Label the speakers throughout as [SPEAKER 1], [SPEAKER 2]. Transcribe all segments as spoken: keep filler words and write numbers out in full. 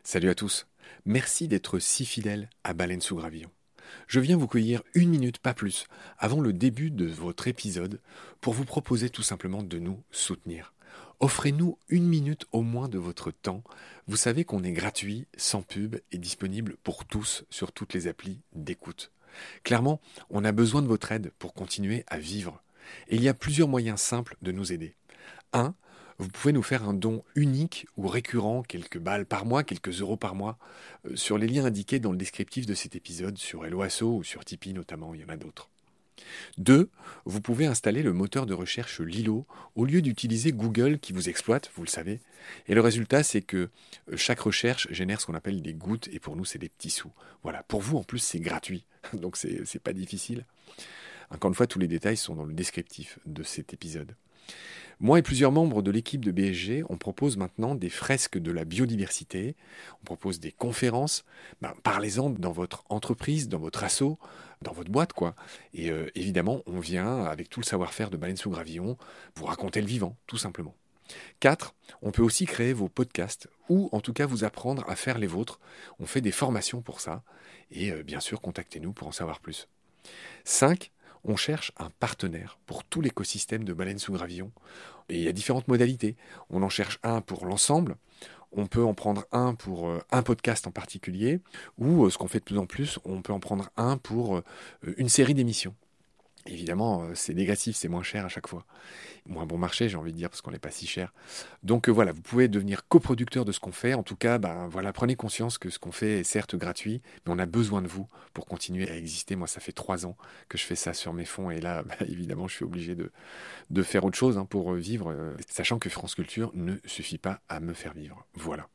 [SPEAKER 1] Salut à tous. Merci d'être si fidèles à Baleine sous Gravillon. Je viens vous cueillir une minute, pas plus, avant le début de votre épisode pour vous proposer tout simplement de nous soutenir. Offrez-nous une minute au moins de votre temps. Vous savez qu'on est gratuit, sans pub et disponible pour tous sur toutes les applis d'écoute. Clairement, on a besoin de votre aide pour continuer à vivre. Et il y a plusieurs moyens simples de nous aider. un. Vous pouvez nous faire un don unique ou récurrent, quelques balles par mois, quelques euros par mois, euh, sur les liens indiqués dans le descriptif de cet épisode, sur Helloasso ou sur Tipeee notamment, il y en a d'autres. deux. Vous pouvez installer le moteur de recherche Lilo au lieu d'utiliser Google qui vous exploite, vous le savez. Et le résultat, c'est que chaque recherche génère ce qu'on appelle des gouttes, et pour nous, c'est des petits sous. Voilà, pour vous, en plus, c'est gratuit, donc c'est, c'est pas difficile. Encore une fois, tous les détails sont dans le descriptif de cet épisode. Moi et plusieurs membres de l'équipe de B S G, on propose maintenant des fresques de la biodiversité, on propose des conférences, ben, parlez-en dans votre entreprise, dans votre asso, dans votre boîte, quoi. Et euh, évidemment, on vient, avec tout le savoir-faire de Baleine sous Gravillon, vous raconter le vivant, tout simplement. quatre. On peut aussi créer vos podcasts, ou en tout cas vous apprendre à faire les vôtres. On fait des formations pour ça, et euh, bien sûr, contactez-nous pour en savoir plus. cinq. On cherche un partenaire pour tout l'écosystème de Baleine sous Gravillon. Et il y a différentes modalités. On en cherche un pour l'ensemble. On peut en prendre un pour euh, un podcast en particulier. Ou, euh, ce qu'on fait de plus en plus, on peut en prendre un pour euh, une série d'émissions. Évidemment, euh, c'est négatif, c'est moins cher à chaque fois. Moins bon marché, j'ai envie de dire, parce qu'on n'est pas si cher. Donc euh, voilà, vous pouvez devenir coproducteur de ce qu'on fait. En tout cas, ben, voilà, prenez conscience que ce qu'on fait est certes gratuit, mais on a besoin de vous pour continuer à exister. Moi, ça fait trois ans que je fais ça sur mes fonds. Et là, ben, évidemment, je suis obligé de, de faire autre chose hein, pour vivre, euh, sachant que France Culture ne suffit pas à me faire vivre. Voilà.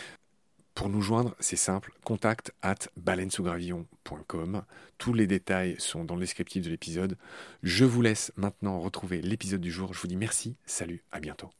[SPEAKER 1] Pour nous joindre, c'est simple, contact at baleine sous gravillon point com. Tous les détails sont dans le descriptif de l'épisode. Je vous laisse maintenant retrouver l'épisode du jour. Je vous dis merci, salut, à bientôt.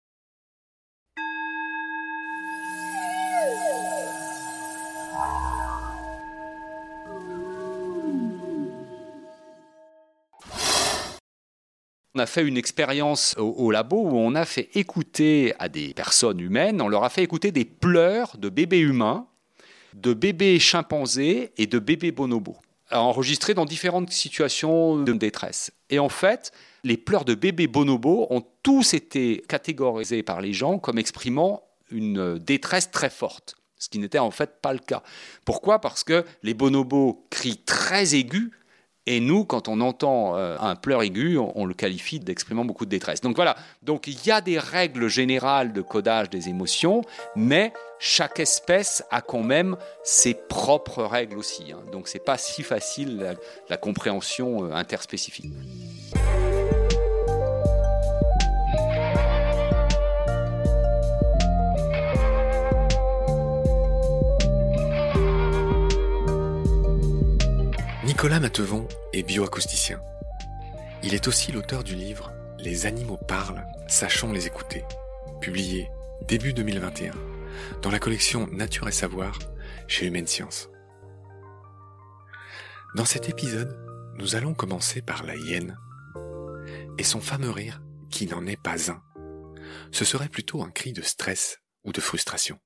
[SPEAKER 2] On a fait une expérience au, au labo où on a fait écouter à des personnes humaines, on leur a fait écouter des pleurs de bébés humains, de bébés chimpanzés et de bébés bonobos, enregistrés dans différentes situations de détresse. Et en fait, les pleurs de bébés bonobos ont tous été catégorisés par les gens comme exprimant une détresse très forte, ce qui n'était en fait pas le cas. Pourquoi ? Parce que les bonobos crient très aigus, et nous, quand on entend euh, un pleur aigu, on, on le qualifie d'exprimant beaucoup de détresse. Donc voilà, donc il y a des règles générales de codage des émotions, mais chaque espèce a quand même ses propres règles aussi. Hein. Donc c'est pas si facile la, la compréhension euh, interspécifique.
[SPEAKER 1] Nicolas Mathevon est bioacousticien. Il est aussi l'auteur du livre « Les animaux parlent, sachons les écouter », publié début deux mille vingt et un dans la collection Nature et Savoir chez Humaine Science. Dans cet épisode, nous allons commencer par la hyène et son fameux rire qui n'en est pas un. Ce serait plutôt un cri de stress ou de frustration.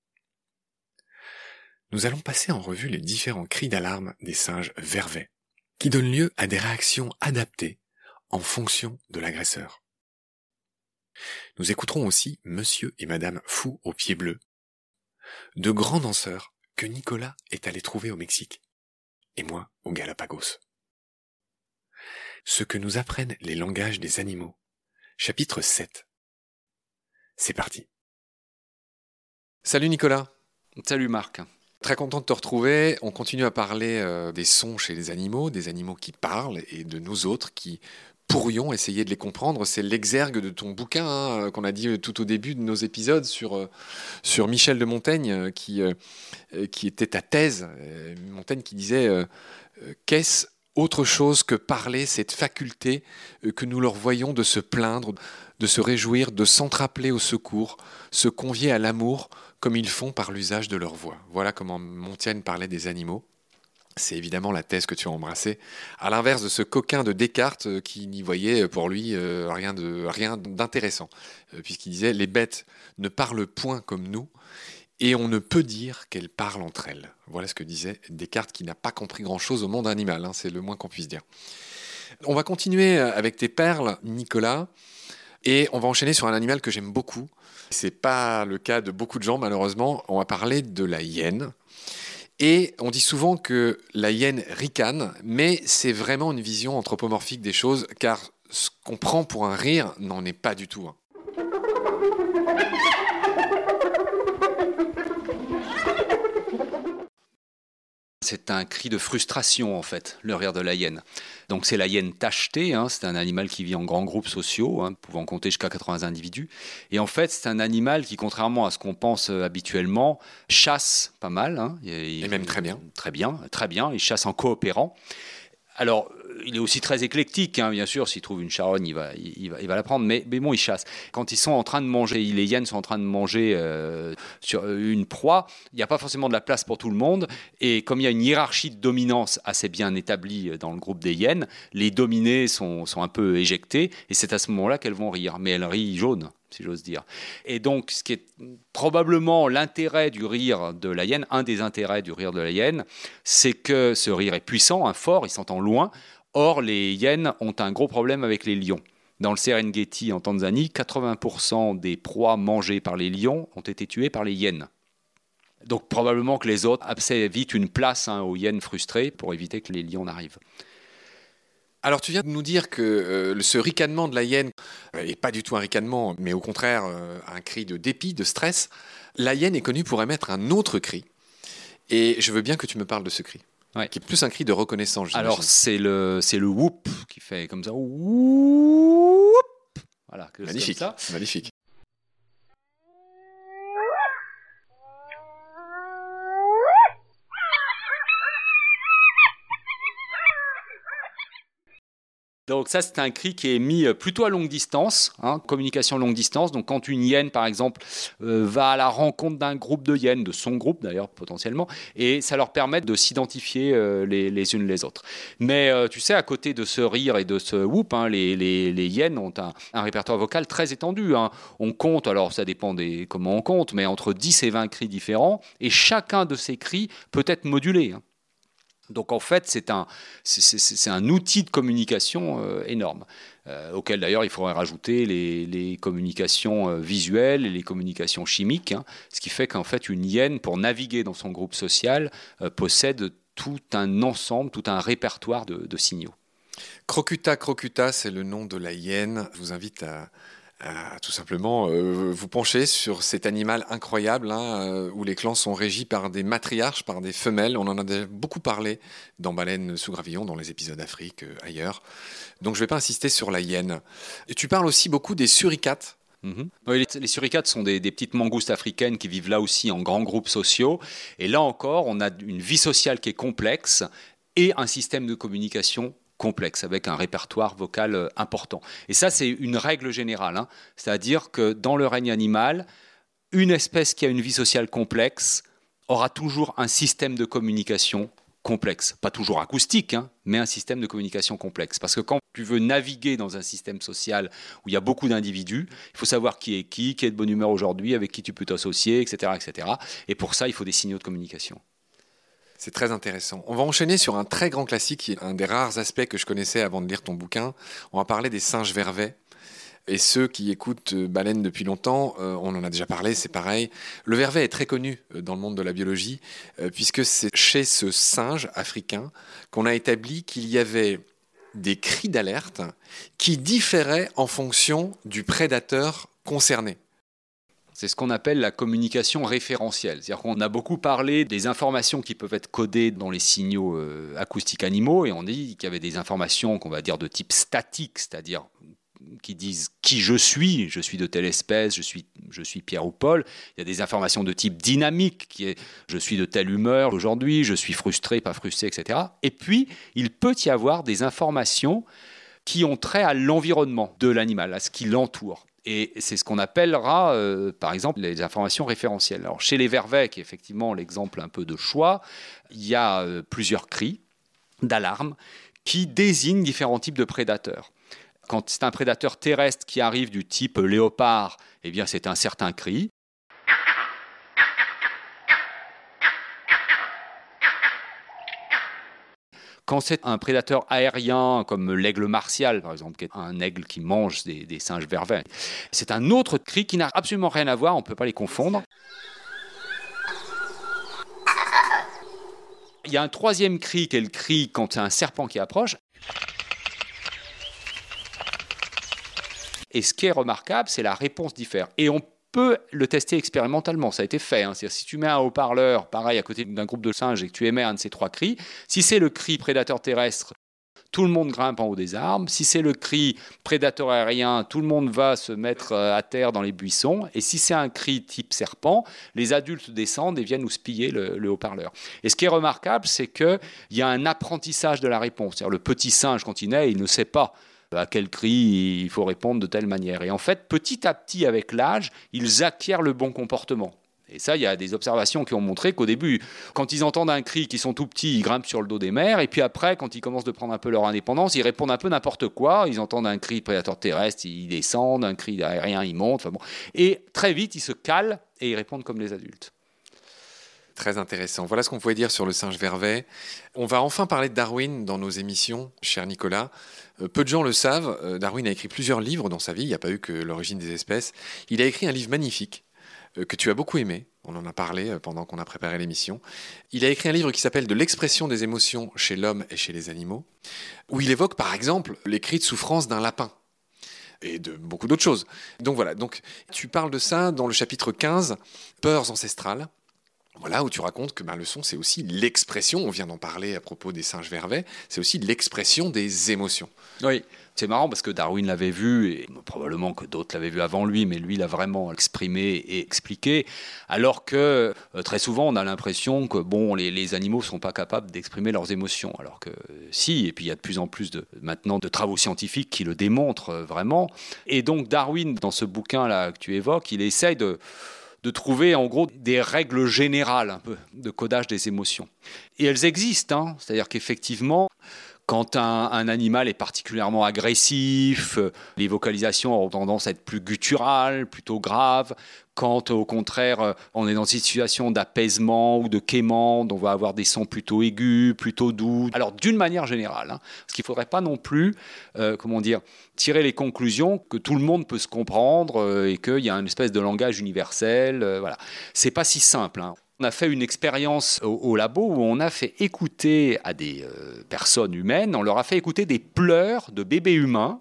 [SPEAKER 1] Nous allons passer en revue les différents cris d'alarme des singes vervets, qui donnent lieu à des réactions adaptées en fonction de l'agresseur. Nous écouterons aussi Monsieur et Madame Fou aux pieds bleus, de grands danseurs que Nicolas est allé trouver au Mexique, et moi au Galapagos. Ce que nous apprennent les langages des animaux, chapitre sept. C'est parti. Salut Nicolas.
[SPEAKER 2] Salut Marc.
[SPEAKER 1] Très content de te retrouver. On continue à parler euh, des sons chez les animaux, des animaux qui parlent et de nous autres qui pourrions essayer de les comprendre. C'est l'exergue de ton bouquin hein, qu'on a dit tout au début de nos épisodes sur, euh, sur Michel de Montaigne euh, qui, euh, qui était ta thèse. Euh, Montaigne qui disait euh, « Qu'est-ce autre chose que parler, cette faculté euh, que nous leur voyons de se plaindre, de se réjouir, de s'entrappeler au secours, se convier à l'amour, comme ils font par l'usage de leur voix. » Voilà comment Montaigne parlait des animaux. C'est évidemment la thèse que tu as embrassée, à l'inverse de ce coquin de Descartes qui n'y voyait pour lui euh, rien, de, rien d'intéressant, euh, puisqu'il disait « Les bêtes ne parlent point comme nous, et on ne peut dire qu'elles parlent entre elles. Voilà ce que disait Descartes, qui n'a pas compris grand-chose au monde animal, hein, c'est le moins qu'on puisse dire. On va continuer avec tes perles, Nicolas, et on va enchaîner sur un animal que j'aime beaucoup. C'est pas le cas de beaucoup de gens, malheureusement. On va parler de la hyène. Et on dit souvent que la hyène ricane, mais c'est vraiment une vision anthropomorphique des choses, car ce qu'on prend pour un rire n'en est pas du tout un.
[SPEAKER 2] C'est un cri de frustration, en fait, le rire de la hyène. Donc c'est la hyène tachetée, hein, c'est un animal qui vit en grands groupes sociaux, hein, pouvant compter jusqu'à quatre-vingts individus. Et en fait, c'est un animal qui, contrairement à ce qu'on pense habituellement, chasse pas mal. Hein,
[SPEAKER 1] il, Et même très bien.
[SPEAKER 2] Très bien, très bien. Il chasse en coopérant. Alors, il est aussi très éclectique, hein, bien sûr. S'il trouve une charogne, il va, il va, il va la prendre. Mais, mais bon, il chasse. Quand ils sont en train de manger, les hyènes sont en train de manger euh, sur une proie, il n'y a pas forcément de la place pour tout le monde. Et comme il y a une hiérarchie de dominance assez bien établie dans le groupe des hyènes, les dominées sont, sont un peu éjectées. Et c'est à ce moment-là qu'elles vont rire. Mais elles rient jaune, si j'ose dire. Et donc, ce qui est probablement l'intérêt du rire de la hyène, un des intérêts du rire de la hyène, c'est que ce rire est puissant, hein, fort, il s'entend loin. Or, les hyènes ont un gros problème avec les lions. Dans le Serengeti, en Tanzanie, quatre-vingts pour cent des proies mangées par les lions ont été tuées par les hyènes. Donc, probablement que les autres abcèdent vite une place hein, aux hyènes frustrées pour éviter que les lions n'arrivent.
[SPEAKER 1] Alors, tu viens de nous dire que euh, ce ricanement de la hyène n'est pas du tout un ricanement, mais au contraire euh, un cri de dépit, de stress. La hyène est connue pour émettre un autre cri. Et je veux bien que tu me parles de ce cri. Ouais. Qui est plus un cri de reconnaissance, j'imagine.
[SPEAKER 2] Alors, c'est le, c'est le whoop qui fait comme ça. Whoop. Voilà,
[SPEAKER 1] magnifique,
[SPEAKER 2] comme ça.
[SPEAKER 1] Magnifique.
[SPEAKER 2] Donc ça, c'est un cri qui est mis plutôt à longue distance, hein, communication longue distance. Donc quand une hyène, par exemple, euh, va à la rencontre d'un groupe de hyènes, de son groupe d'ailleurs potentiellement, et ça leur permet de s'identifier euh, les, les unes les autres. Mais euh, tu sais, à côté de ce rire et de ce whoop, hein, les, les, les hyènes ont un, un répertoire vocal très étendu. Hein. On compte, alors ça dépend des comment on compte, mais entre dix et vingt cris différents, et chacun de ces cris peut être modulé. Hein. Donc en fait, c'est un, c'est, c'est, c'est un outil de communication euh, énorme, euh, auquel d'ailleurs il faudrait rajouter les, les communications euh, visuelles et les communications chimiques, hein, ce qui fait qu'en fait une hyène, pour naviguer dans son groupe social, euh, possède tout un ensemble, tout un répertoire de, de signaux.
[SPEAKER 1] Crocuta crocuta, c'est le nom de la hyène. Je vous invite à... à tout simplement euh, vous pencher sur cet animal incroyable hein, euh, où les clans sont régis par des matriarches, par des femelles. On en a déjà beaucoup parlé dans Baleine sous gravillon, dans les épisodes Afrique, euh, ailleurs. Donc je ne vais pas insister sur la hyène. Et tu parles aussi beaucoup des suricates.
[SPEAKER 2] Mmh. Oui, les, les suricates sont des, des petites mangoustes africaines qui vivent là aussi en grands groupes sociaux. Et là encore, on a une vie sociale qui est complexe et un système de communication complexe, avec un répertoire vocal important. Et ça, c'est une règle générale. Hein. C'est-à-dire que dans le règne animal, une espèce qui a une vie sociale complexe aura toujours un système de communication complexe. Pas toujours acoustique, hein, mais un système de communication complexe. Parce que quand tu veux naviguer dans un système social où il y a beaucoup d'individus, il faut savoir qui est qui, qui est de bonne humeur aujourd'hui, avec qui tu peux t'associer, et cetera, et cetera. Et pour ça, il faut des signaux de communication.
[SPEAKER 1] C'est très intéressant. On va enchaîner sur un très grand classique, un des rares aspects que je connaissais avant de lire ton bouquin. On va parler des singes vervets. Et ceux qui écoutent Baleine depuis longtemps, euh, on en a déjà parlé, c'est pareil. Le vervet est très connu dans le monde de la biologie, euh, puisque c'est chez ce singe africain qu'on a établi qu'il y avait des cris d'alerte qui différaient en fonction du prédateur concerné.
[SPEAKER 2] C'est ce qu'on appelle la communication référentielle. C'est-à-dire qu'on a beaucoup parlé des informations qui peuvent être codées dans les signaux euh, acoustiques animaux, et on dit qu'il y avait des informations qu'on va dire de type statique, c'est-à-dire qui disent qui je suis, je suis de telle espèce, je suis, je suis Pierre ou Paul. Il y a des informations de type dynamique, qui est je suis de telle humeur aujourd'hui, je suis frustré, pas frustré, et cetera. Et puis, il peut y avoir des informations qui ont trait à l'environnement de l'animal, à ce qui l'entoure. Et c'est ce qu'on appellera, euh, par exemple, les informations référentielles. Alors, chez les vervets, qui est effectivement l'exemple un peu de choix, il y a euh, plusieurs cris d'alarme qui désignent différents types de prédateurs. Quand c'est un prédateur terrestre qui arrive du type léopard, eh bien, c'est un certain cri. Quand c'est un prédateur aérien, comme l'aigle martial, par exemple, qui est un aigle qui mange des, des singes vervets, c'est un autre cri qui n'a absolument rien à voir, on ne peut pas les confondre. Il y a un troisième cri qui est le cri quand c'est un serpent qui approche. Et ce qui est remarquable, c'est la réponse diffère. Et on peut le tester expérimentalement, ça a été fait. Hein. C'est-à-dire, si tu mets un haut-parleur, pareil, à côté d'un groupe de singes et que tu émets un de ces trois cris, si c'est le cri prédateur terrestre, tout le monde grimpe en haut des arbres. Si c'est le cri prédateur aérien, tout le monde va se mettre à terre dans les buissons. Et si c'est un cri type serpent, les adultes descendent et viennent nous spiller le, le haut-parleur. Et ce qui est remarquable, c'est qu'il y a un apprentissage de la réponse. C'est-à-dire, le petit singe, quand il naît, il ne sait pas à quel cri il faut répondre de telle manière. Et en fait, petit à petit, avec l'âge, ils acquièrent le bon comportement. Et ça, il y a des observations qui ont montré qu'au début, quand ils entendent un cri, qu'ils sont tout petits, ils grimpent sur le dos des mères. Et puis après, quand ils commencent de prendre un peu leur indépendance, ils répondent un peu n'importe quoi. Ils entendent un cri de prédateur terrestre, ils descendent. Un cri aérien, ils montent. Enfin bon. Et très vite, ils se calent et ils répondent comme les adultes.
[SPEAKER 1] Très intéressant. Voilà ce qu'on pouvait dire sur le singe vervet. On va enfin parler de Darwin dans nos émissions, cher Nicolas. Euh, peu de gens le savent, euh, Darwin a écrit plusieurs livres dans sa vie, il n'y a pas eu que L'origine des espèces. Il a écrit un livre magnifique euh, que tu as beaucoup aimé, on en a parlé euh, pendant qu'on a préparé l'émission. Il a écrit un livre qui s'appelle « De l'expression des émotions chez l'homme et chez les animaux », où il évoque par exemple les cris de souffrance d'un lapin. Et de beaucoup d'autres choses. Donc voilà, donc, tu parles de ça dans le chapitre quinze, « Peurs ancestrales ». Voilà, où tu racontes que ben, le son, c'est aussi l'expression, on vient d'en parler à propos des singes vervets, c'est aussi l'expression des émotions.
[SPEAKER 2] Oui, c'est marrant parce que Darwin l'avait vu, et probablement que d'autres l'avaient vu avant lui, mais lui l'a vraiment exprimé et expliqué, alors que euh, très souvent on a l'impression que bon, les, les animaux ne sont pas capables d'exprimer leurs émotions, alors que euh, si, et puis il y a de plus en plus de, maintenant de travaux scientifiques qui le démontrent euh, vraiment. Et donc Darwin, dans ce bouquin-là que tu évoques, il essaye de... de trouver en gros des règles générales un peu de codage des émotions. Et elles existent, hein. C'est-à-dire qu'effectivement, quand un, un animal est particulièrement agressif, les vocalisations ont tendance à être plus gutturales, plutôt graves. Quand au contraire, on est dans une situation d'apaisement ou de quémande, on va avoir des sons plutôt aigus, plutôt doux. Alors d'une manière générale, hein, parce qu'il ne faudrait pas non plus, euh, comment dire, tirer les conclusions que tout le monde peut se comprendre euh, et qu'il y a une espèce de langage universel. Euh, voilà. C'est pas si simple, hein. On a fait une expérience au, au labo où on a fait écouter à des euh, personnes humaines, on leur a fait écouter des pleurs de bébés humains,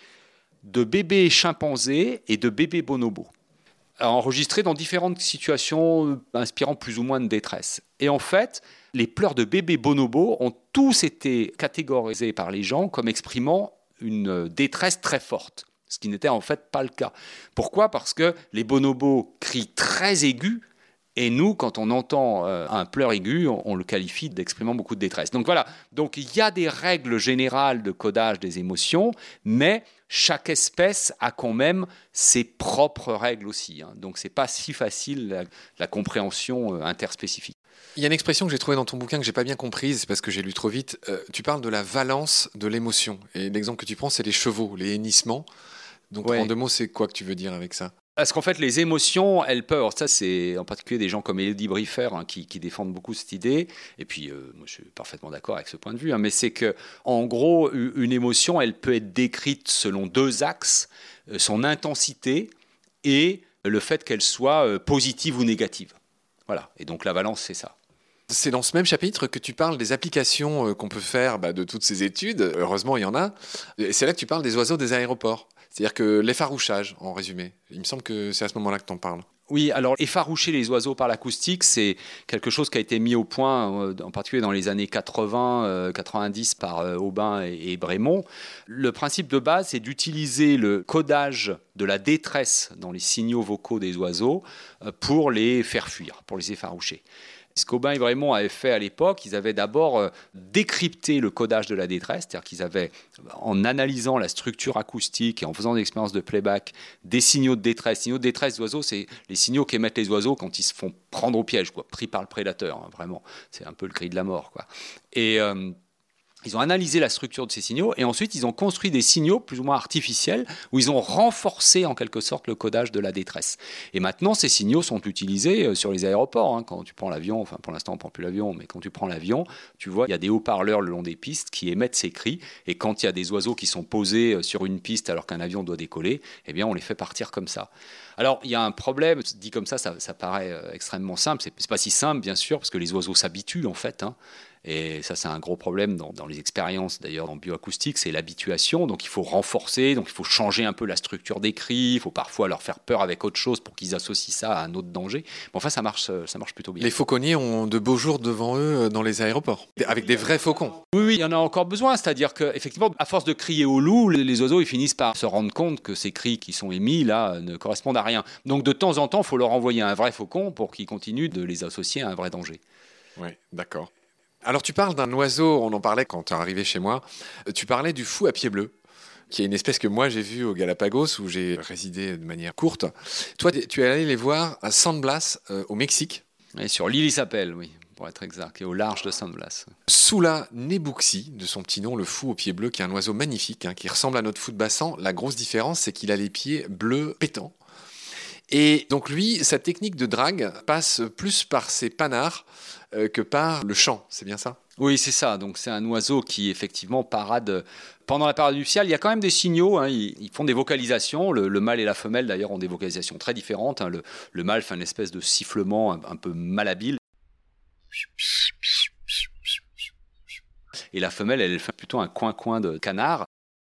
[SPEAKER 2] de bébés chimpanzés et de bébés bonobos, enregistrés dans différentes situations inspirant plus ou moins de détresse. Et en fait, les pleurs de bébés bonobos ont tous été catégorisés par les gens comme exprimant une détresse très forte, ce qui n'était en fait pas le cas. Pourquoi ? Parce que les bonobos crient très aigus, et nous, quand on entend euh, un pleur aigu, on, on le qualifie d'exprimant beaucoup de détresse. Donc voilà, donc il y a des règles générales de codage des émotions, mais chaque espèce a quand même ses propres règles aussi, hein. Donc c'est pas si facile la, la compréhension euh, interspécifique.
[SPEAKER 1] Il y a une expression que j'ai trouvée dans ton bouquin que j'ai pas bien comprise, c'est parce que j'ai lu trop vite. Euh, tu parles de la valence de l'émotion. Et l'exemple que tu prends, c'est les chevaux, les hennissements. Donc ouais. En deux mots, c'est quoi que tu veux dire avec ça ?
[SPEAKER 2] Parce qu'en fait, les émotions, elles peuvent. Ça, c'est en particulier des gens comme Elodie Briffer hein, qui, qui défendent beaucoup cette idée. Et puis, euh, moi, je suis parfaitement d'accord avec ce point de vue. Hein, mais c'est que, en gros, une émotion, elle peut être décrite selon deux axes euh, son intensité et le fait qu'elle soit euh, positive ou négative. Voilà. Et donc, la valence, c'est ça.
[SPEAKER 1] C'est dans ce même chapitre que tu parles des applications euh, qu'on peut faire bah, de toutes ces études. Heureusement, il y en a. Et c'est là que tu parles des oiseaux des aéroports. C'est-à-dire que l'effarouchage, en résumé. Il me semble que c'est à ce moment-là que tu en parles.
[SPEAKER 2] Oui, alors effaroucher les oiseaux par l'acoustique, c'est quelque chose qui a été mis au point, euh, en particulier dans les années quatre-vingts quatre-vingt-dix par euh, Aubin et, et Brémond. Le principe de base, c'est d'utiliser le codage de la détresse dans les signaux vocaux des oiseaux euh, pour les faire fuir, pour les effaroucher. Ce qu'Aubin et Brémond avaient fait à l'époque, ils avaient d'abord euh, décrypté le codage de la détresse, c'est-à-dire qu'ils avaient, en analysant la structure acoustique et en faisant des expériences de playback, des signaux de détresse. Les signaux de détresse d'oiseaux, c'est les signaux qu'émettent les oiseaux quand ils se font prendre au piège, quoi, pris par le prédateur, hein, vraiment. C'est un peu le cri de la mort, quoi. Et... Euh, Ils ont analysé la structure de ces signaux et ensuite ils ont construit des signaux plus ou moins artificiels où ils ont renforcé en quelque sorte le codage de la détresse. Et maintenant, ces signaux sont utilisés sur les aéroports. Hein. Quand tu prends l'avion, enfin pour l'instant on ne prend plus l'avion, mais quand tu prends l'avion, tu vois, il y a des haut-parleurs le long des pistes qui émettent ces cris. Et quand il y a des oiseaux qui sont posés sur une piste alors qu'un avion doit décoller, eh bien on les fait partir comme ça. Alors, il y a un problème, dit comme ça, ça, ça paraît extrêmement simple. C'est, c'est pas si simple, bien sûr, parce que les oiseaux s'habituent, en fait. Hein. Et ça, c'est un gros problème dans, dans les expériences, d'ailleurs, en bioacoustique, c'est l'habituation. Donc, il faut renforcer, donc il faut changer un peu la structure des cris. Il faut parfois leur faire peur avec autre chose pour qu'ils associent ça à un autre danger. Mais enfin, ça marche, ça marche plutôt bien.
[SPEAKER 1] Les fauconniers ont de beaux jours devant eux dans les aéroports, avec des vrais faucons.
[SPEAKER 2] Oui, oui, il y en a encore besoin. C'est-à-dire qu'effectivement, à force de crier au loup, les, les oiseaux, ils finissent par se rendre compte que ces cris qui sont émis, là, ne correspondent à rien. Donc, de temps en temps, il faut leur envoyer un vrai faucon pour qu'ils continuent de les associer à un vrai danger.
[SPEAKER 1] Oui, d'accord. Alors tu parles d'un oiseau, on en parlait quand tu es arrivé chez moi, tu parlais du fou à pied bleu, qui est une espèce que moi j'ai vue au Galapagos où j'ai résidé de manière courte. Toi tu es allé les voir à San Blas euh, au Mexique.
[SPEAKER 2] Et sur l'île Isapel, oui, pour être exact, et au large de San Blas.
[SPEAKER 1] Sula nebuxi, de son petit nom, le fou au pied bleu, qui est un oiseau magnifique, hein, qui ressemble à notre fou de bassan. La grosse différence, c'est qu'il a les pieds bleus pétants. Et donc lui, sa technique de drague passe plus par ses panards euh, que par le chant, c'est bien ça ?
[SPEAKER 2] Oui, c'est ça. Donc c'est un oiseau qui effectivement parade pendant la parade nuptiale. Il y a quand même des signaux, hein. ils, ils font des vocalisations. Le, le mâle et la femelle d'ailleurs ont des vocalisations très différentes. Hein. Le, le mâle fait une espèce de sifflement un, un peu malhabile. Et la femelle, elle fait plutôt un coin-coin de canard.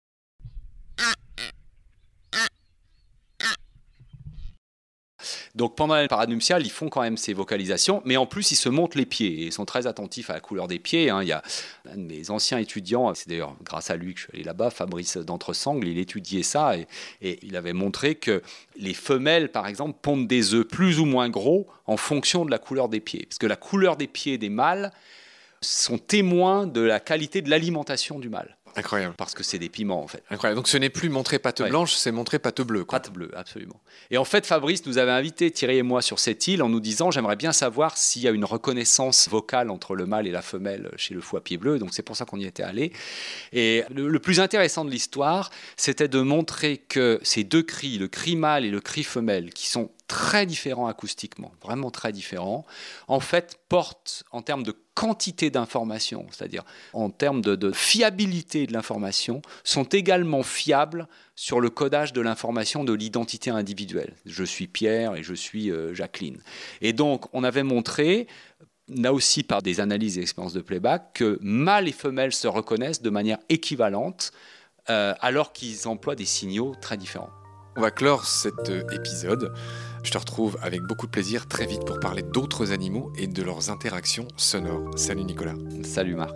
[SPEAKER 2] Donc pendant la parade nuptiale, ils font quand même ces vocalisations, mais en plus ils se montent les pieds et ils sont très attentifs à la couleur des pieds. Hein. Il y a un de mes anciens étudiants, c'est d'ailleurs grâce à lui que je suis allé là-bas, Fabrice d'Entresangles, il étudiait ça et, et il avait montré que les femelles, par exemple, pondent des œufs plus ou moins gros en fonction de la couleur des pieds. Parce que la couleur des pieds des mâles sont témoins de la qualité de l'alimentation du mâle.
[SPEAKER 1] Incroyable.
[SPEAKER 2] Parce que c'est des piments, en fait.
[SPEAKER 1] Incroyable. Donc ce n'est plus montrer patte ouais. blanche, c'est montrer patte bleue. Quoi.
[SPEAKER 2] Patte bleue, absolument. Et en fait, Fabrice nous avait invités, Thierry et moi, sur cette île en nous disant « J'aimerais bien savoir s'il y a une reconnaissance vocale entre le mâle et la femelle chez le fou à pied bleu. » Donc c'est pour ça qu'on y était allé. Et le, le plus intéressant de l'histoire, c'était de montrer que ces deux cris, le cri mâle et le cri femelle, qui sont très différents acoustiquement, vraiment très différents, en fait, portent en termes de quantité d'informations, c'est-à-dire en termes de, de fiabilité de l'information, sont également fiables sur le codage de l'information de l'identité individuelle. Je suis Pierre et je suis euh, Jacqueline. Et donc, on avait montré, là aussi par des analyses et expériences de playback, que mâles et femelles se reconnaissent de manière équivalente euh, alors qu'ils emploient des signaux très différents.
[SPEAKER 1] On va clore cet épisode. Je te retrouve avec beaucoup de plaisir très vite pour parler d'autres animaux et de leurs interactions sonores. Salut Nicolas.
[SPEAKER 2] Salut Marc.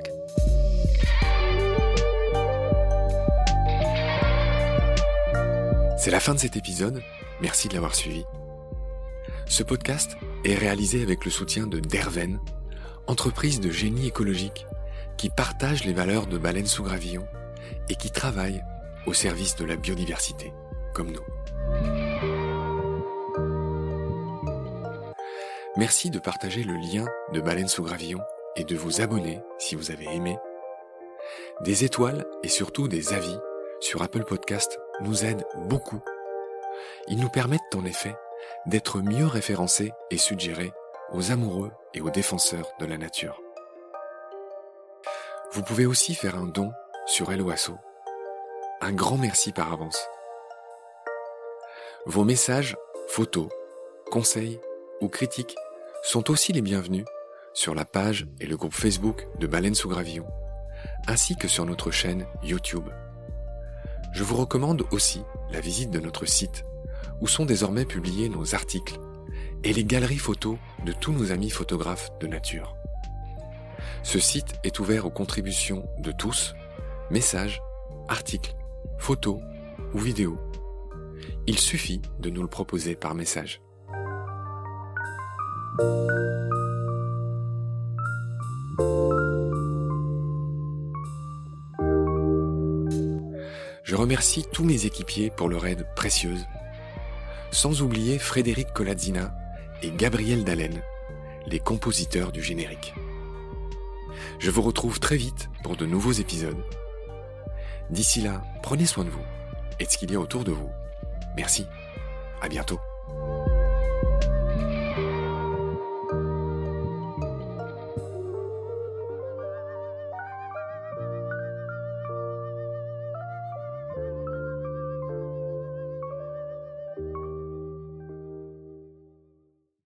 [SPEAKER 1] C'est la fin de cet épisode. Merci de l'avoir suivi. Ce podcast est réalisé avec le soutien de Derven, entreprise de génie écologique qui partage les valeurs de Baleine sous Gravillon et qui travaille au service de la biodiversité, comme nous. Merci de partager le lien de Baleine sous Gravillon et de vous abonner si vous avez aimé. Des étoiles et surtout des avis sur Apple Podcast nous aident beaucoup. Ils nous permettent en effet d'être mieux référencés et suggérés aux amoureux et aux défenseurs de la nature. Vous pouvez aussi faire un don sur Helloasso. Un grand merci par avance. Vos messages, photos, conseils ou critiques sont aussi les bienvenus sur la page et le groupe Facebook de Baleine sous Gravillon, ainsi que sur notre chaîne YouTube. Je vous recommande aussi la visite de notre site, où sont désormais publiés nos articles et les galeries photos de tous nos amis photographes de nature. Ce site est ouvert aux contributions de tous, messages, articles, photos ou vidéos. Il suffit de nous le proposer par message. Je remercie tous mes équipiers pour leur aide précieuse, sans oublier Frédéric Colazzina et Gabriel Dallène, les compositeurs du générique. Je vous retrouve très vite pour de nouveaux épisodes. D'ici là, prenez soin de vous et de ce qu'il y a autour de vous. Merci. À bientôt.